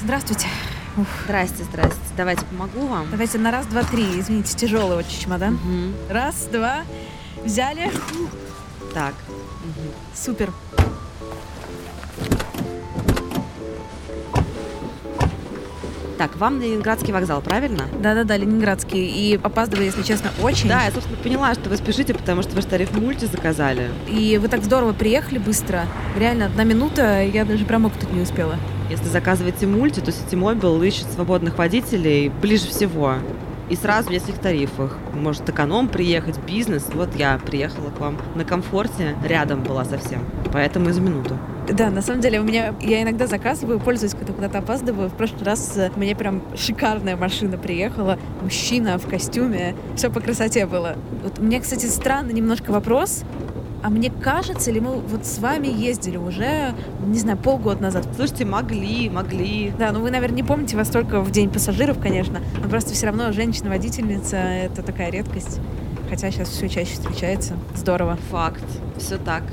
Здравствуйте. Ух. Здрасте. Давайте помогу вам. Давайте на раз, два, три. Извините, тяжелый очень чемодан. Угу. Раз, два. Взяли. Так. Супер. Так, вам на Ленинградский вокзал, правильно? Да, Ленинградский. И опаздываю, если честно, очень. Да, я, собственно, поняла, что вы спешите, потому что вы же тариф мульти заказали. И вы так здорово приехали быстро. Реально, 1 минута, я даже промокнуть не успела. Если заказываете мульти, то Ситимобил ищет свободных водителей ближе всего. И сразу в нескольких тарифах. Может эконом приехать, бизнес. Вот я приехала к вам на комфорте, рядом была совсем. Поэтому и за минуту. Да, на самом деле я иногда заказываю, пользуюсь, когда куда-то опаздываю. В прошлый раз мне прям шикарная машина приехала. Мужчина в костюме. Все по красоте было. Вот у меня, кстати, странный немножко вопрос. А мне кажется, ли мы вот с вами ездили уже, не знаю, полгода назад? Слушайте, могли. Да, вы, наверное, не помните вас только в День пассажиров, конечно. Но просто все равно женщина-водительница — это такая редкость. Хотя сейчас все чаще встречается. Здорово. Факт. Все так.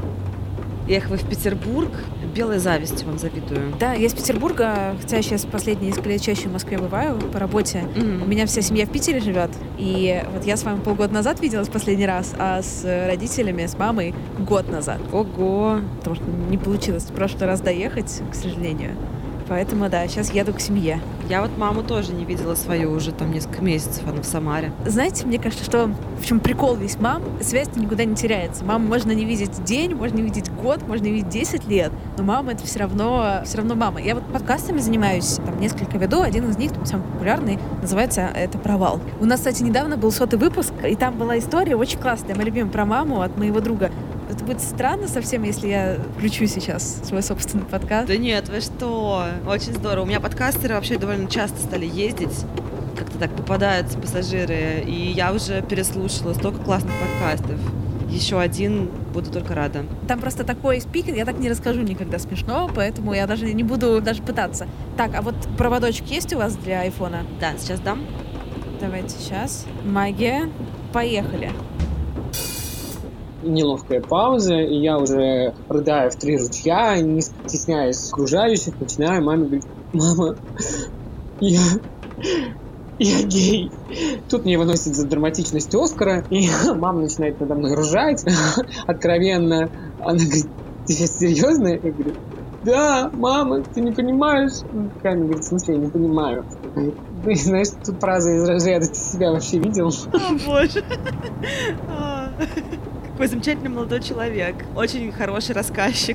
Эх, вы в Петербург. Белой завистью вам завидую. Да, я из Петербурга, хотя я сейчас последние несколько лет чаще в Москве бываю по работе. У меня вся семья в Питере живет. И вот я с вами полгода назад виделась последний раз, а с родителями, с мамой год назад. Ого! Потому что не получилось в прошлый раз доехать, к сожалению. Поэтому, да, сейчас еду к семье. Я вот маму тоже не видела свою уже там несколько месяцев, она в Самаре. Знаете, мне кажется, что в чем прикол весь мам, связь-то никуда не теряется. Маму можно не видеть день, можно не видеть год, можно не видеть 10 лет, но мама — это все равно мама. Я вот подкастами занимаюсь, там несколько веду, один из них, самый популярный, называется «Это провал». У нас, кстати, недавно был 100-й выпуск, и там была история очень классная, моя любимая, про маму от моего друга. Это будет странно совсем, если я включу сейчас свой собственный подкаст. Да нет, вы что? Очень здорово. У меня подкастеры вообще довольно часто стали ездить. Как-то так попадаются пассажиры. И я уже переслушала столько классных подкастов. Еще один, буду только рада. Там просто такой спикер, я так не расскажу никогда смешно, поэтому я даже не буду даже пытаться. Так, а вот проводочек есть у вас для айфона? Да, сейчас дам. Давайте сейчас. Магия. Поехали. Неловкая пауза, и я уже рыдаю в 3 ручья, не стесняясь окружающих, начинаю маме говорить: «Мама, я гей». Тут мне выносят за драматичность Оскара, и мама начинает надо мной ржать откровенно. Она говорит: «Ты сейчас серьезно?» Я говорю: «Да, мама, ты не понимаешь?» Она говорит: «В смысле, я не понимаю?» Ты знаешь, тут фраза из разряда: «Ты себя вообще видел?» О, боже. Какой замечательный молодой человек. Очень хороший рассказчик.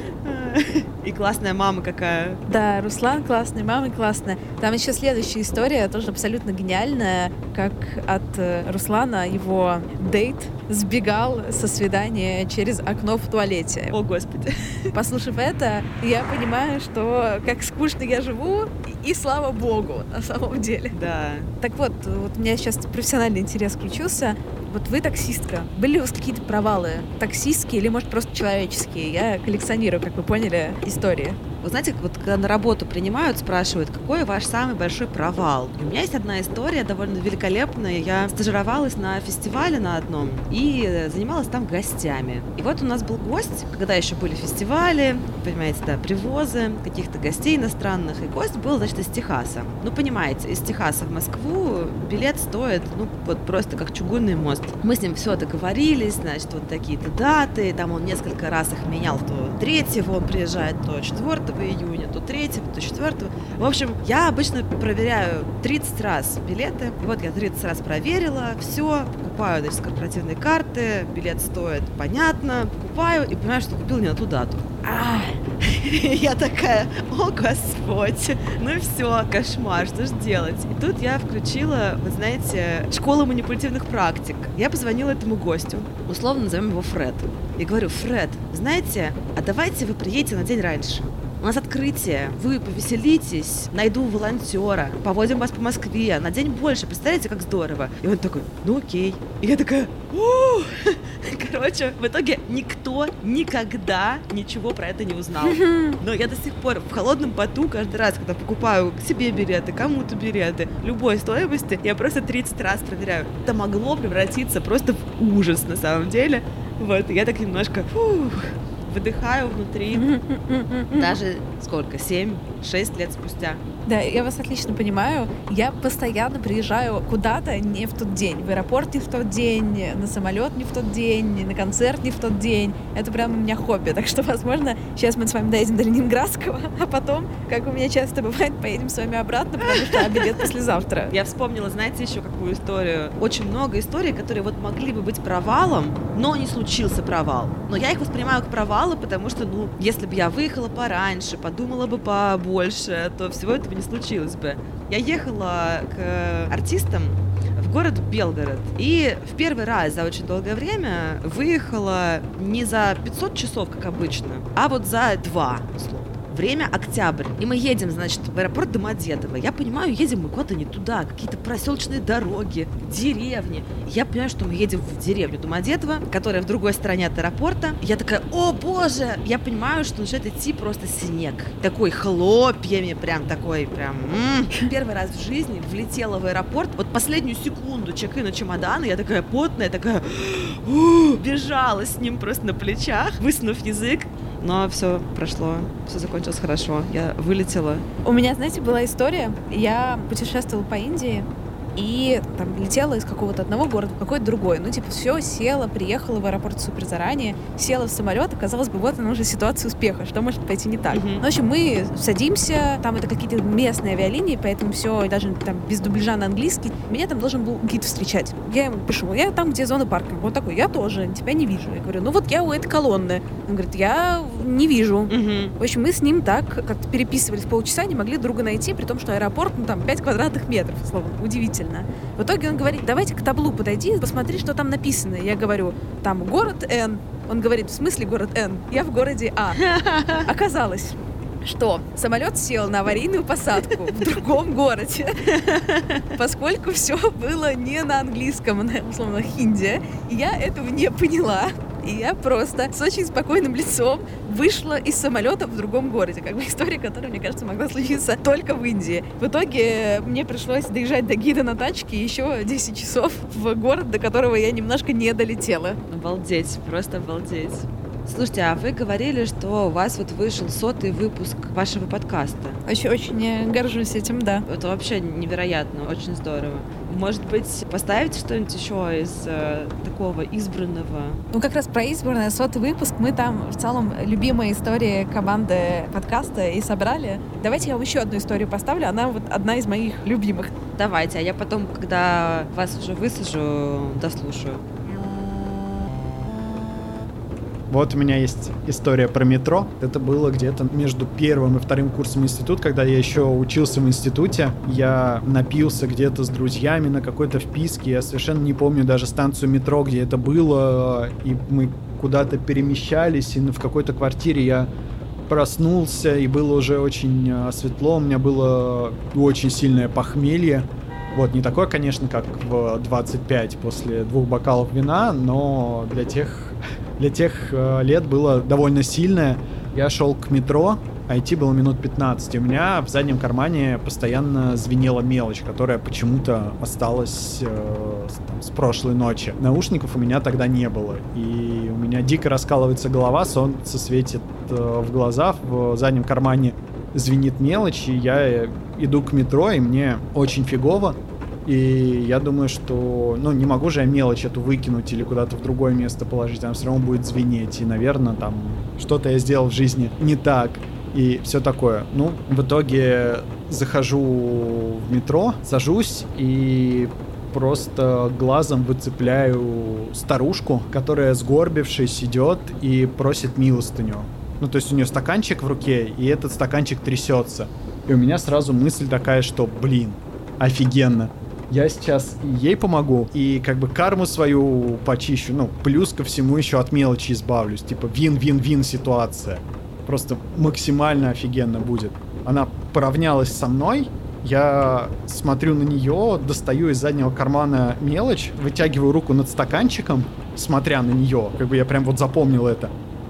И классная мама какая. Да, Руслан классный, мама классная. Там еще следующая история, тоже абсолютно гениальная, как от Руслана его дейт сбегал со свидания через окно в туалете. О, Господи. Послушав это, я понимаю, что как скучно я живу, и слава богу, на самом деле. Да. Так вот у меня сейчас профессиональный интерес включился. Вот вы таксистка. Были ли у вас какие-то провалы таксистские или, может, просто человеческие? Я коллекционирую, как вы поняли, истории. Вы знаете, вот когда на работу принимают, спрашивают, какой ваш самый большой провал? И у меня есть одна история довольно великолепная. Я стажировалась на фестивале на одном и занималась там гостями. И вот у нас был гость, когда еще были фестивали, понимаете, да, привозы каких-то гостей иностранных. И гость был, значит, из Техаса. Ну, понимаете, из Техаса в Москву билет стоит, вот просто как чугунный мост. Мы с ним все договорились, значит, вот такие-то даты. Там он несколько раз их менял. То 3-го он приезжает, то 4 июня, то 3-го, то 4-го. В общем, я обычно проверяю 30 раз билеты. И вот я 30 раз проверила, все, покупаю, значит, с корпоративной карты, билет стоит, понятно, покупаю и понимаю, что купил не на ту дату. Я такая: о, Господь, ну все, кошмар, что же делать? И тут я включила, вы знаете, школу манипулятивных практик. Я позвонила этому гостю, условно назовем его Фред. И говорю: Фред, знаете, а давайте вы приедете на день раньше. У нас открытие, вы повеселитесь, найду волонтера, поводим вас по Москве на день больше, представляете, как здорово. И он такой: ну окей. И я такая: Короче, в итоге никто никогда ничего про это не узнал. Но я до сих пор в холодном поту каждый раз, когда покупаю себе билеты, кому-то билеты, любой стоимости, я просто 30 раз проверяю. Это могло превратиться просто в ужас на самом деле. Вот, я так немножко выдыхаю внутри. Даже сколько? 7-6 лет спустя. Да, я вас отлично понимаю. Я постоянно приезжаю куда-то не в тот день. В аэропорт не в тот день, на самолет не в тот день, на концерт не в тот день. Это прям у меня хобби. Так что, возможно, сейчас мы с вами доедем до Ленинградского, а потом, как у меня часто бывает, поедем с вами обратно, потому что билет послезавтра. Я вспомнила, знаете, еще какую историю? Очень много историй, которые вот могли бы быть провалом, но не случился провал. Но я их воспринимаю как провалы, потому что, если бы я выехала пораньше, подумала бы побольше, то всего этого не случилось бы. Я ехала к артистам в город Белгород. И в первый раз за очень долгое время выехала не за 500 часов, как обычно, а вот за 2, условно. Время октябрь. И мы едем, значит, в аэропорт Домодедово. Я понимаю, едем мы куда-то не туда. Какие-то проселочные дороги, деревни. Я понимаю, что мы едем в деревню Домодедово, которая в другой стороне от аэропорта. И я такая, о боже! Я понимаю, что начинает идти просто снег. Такой хлопьями, прям такой, прям... Первый раз в жизни влетела в аэропорт. Вот последнюю секунду чек-ина чемодана, я такая потная, такая... бежала с ним просто на плечах, высунув язык. Но все прошло, все закончилось хорошо. Я вылетела. У меня, знаете, была история. Я путешествовала по Индии и там летела из какого-то одного города в какой-то другой. Все, села, приехала в аэропорт супер заранее, села в самолет, и, казалось бы, вот она уже ситуация успеха, что может пойти не так. В общем, мы садимся, там это какие-то местные авиалинии, поэтому все, даже там без дубляжа на английский. Меня там должен был гид встречать. Я ему пишу, я там, где зона паркинга. Он такой, я тоже, тебя не вижу. Я говорю, я у этой колонны. Он говорит, я не вижу. В общем, мы с ним так как-то переписывались полчаса, не могли друга найти, при том, что аэропорт, 5 квадратных метров, условно, удивительно. В итоге он говорит, давайте к таблу подойди, посмотри, что там написано. Я говорю, там город Н. Он говорит, в смысле город Н? Я в городе А. Оказалось, что самолет сел на аварийную посадку в другом городе, поскольку все было не на английском, а на, условно, хинди. И я этого не поняла. И я просто с очень спокойным лицом вышла из самолета в другом городе. Как бы история, которая, мне кажется, могла случиться только в Индии. В итоге мне пришлось доезжать до гида на тачке еще 10 часов в город, до которого я немножко не долетела. Обалдеть, просто обалдеть. Слушайте, а вы говорили, что у вас вот вышел 100-й выпуск вашего подкаста. Очень горжусь этим, да. Это вообще невероятно, очень здорово. Может быть, поставите что-нибудь еще из такого избранного? Как раз про избранное 100-й выпуск мы там в целом любимые истории команды подкаста и собрали. Давайте я вам еще одну историю поставлю, она вот одна из моих любимых. Давайте, а я потом, когда вас уже высажу, дослушаю. Вот у меня есть история про метро. Это было где-то между 1 и 2 курсом института, когда я еще учился в институте. Я напился где-то с друзьями на какой-то вписке. Я совершенно не помню даже станцию метро, где это было. И мы куда-то перемещались, и в какой-то квартире я проснулся, и было уже очень светло. У меня было очень сильное похмелье. Вот, не такое, конечно, как в 25 после 2 бокалов вина, но для тех лет было довольно сильное. Я шел к метро, а идти было минут 15. И у меня в заднем кармане постоянно звенела мелочь, которая почему-то осталась с прошлой ночи. Наушников у меня тогда не было. И у меня дико раскалывается голова, солнце светит в глаза, в заднем кармане звенит мелочь, и я иду к метро, и мне очень фигово. И я думаю, что, не могу же я мелочь эту выкинуть или куда-то в другое место положить, она все равно будет звенеть, и, наверное, там что-то я сделал в жизни не так, и все такое. В итоге захожу в метро, сажусь и просто глазом выцепляю старушку, которая, сгорбившись, идет и просит милостыню. То есть у нее стаканчик в руке, и этот стаканчик трясется. И у меня сразу мысль такая, что, офигенно. Я сейчас ей помогу и как бы карму свою почищу, плюс ко всему еще от мелочи избавлюсь. Типа вин-вин-вин ситуация. Просто максимально офигенно будет. Она поравнялась со мной, я смотрю на нее, достаю из заднего кармана мелочь, вытягиваю руку над стаканчиком, смотря на нее, как бы я прям вот запомнил это.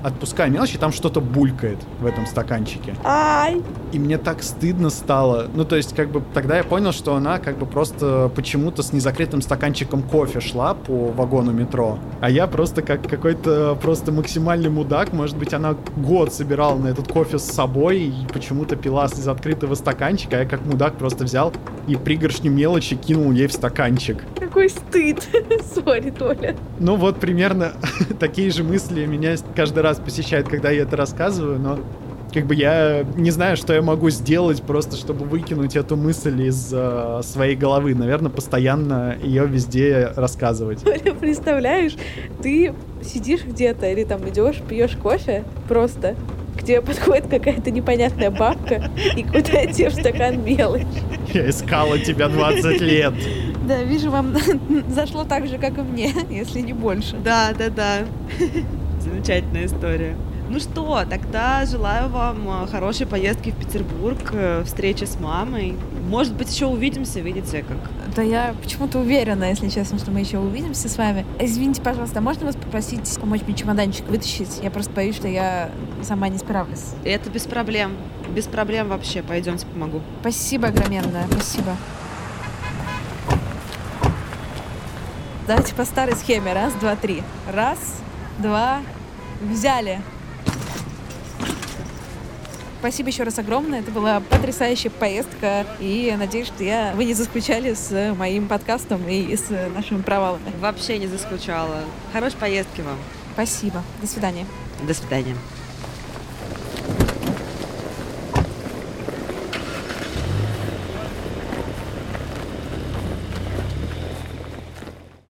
отпускаю мелочь, и там что-то булькает в этом стаканчике. Ай! И мне так стыдно стало. Ну, то есть, как бы, тогда я понял, что она как бы просто почему-то с незакрытым стаканчиком кофе шла по вагону метро. А я просто как какой-то просто максимальный мудак. Может быть, она год собирала на этот кофе с собой и почему-то пила из открытого стаканчика, а я как мудак просто взял и пригоршню мелочи кинул ей в стаканчик. Какой стыд. Сори, Толя. Ну вот примерно такие же мысли меня каждый раз посещают, когда я это рассказываю, но как бы я не знаю, что я могу сделать просто, чтобы выкинуть эту мысль из своей головы. Наверное, постоянно ее везде рассказывать. Толя, представляешь, ты сидишь где-то или там идешь, пьешь кофе просто, к тебе подходит какая-то непонятная бабка и куда тебе в стакан мелочь. Я искала тебя 20 лет. Да, вижу, вам зашло так же, как и мне, если не больше. Да. Замечательная история. Ну что, тогда желаю вам хорошей поездки в Петербург, встречи с мамой. Может быть, еще увидимся, видите, как... Да я почему-то уверена, если честно, что мы еще увидимся с вами. Извините, пожалуйста, можно вас попросить помочь мне чемоданчик вытащить? Я просто боюсь, что я сама не справлюсь. Это без проблем. Без проблем вообще. Пойдемте, помогу. Спасибо огроменное, спасибо. Давайте по старой схеме. Раз, два, три. Раз, два, взяли. Спасибо еще раз огромное. Это была потрясающая поездка. И надеюсь, что вы не заскучали с моим подкастом и с нашими провалами. Вообще не заскучала. Хорошей поездки вам. Спасибо. До свидания. До свидания.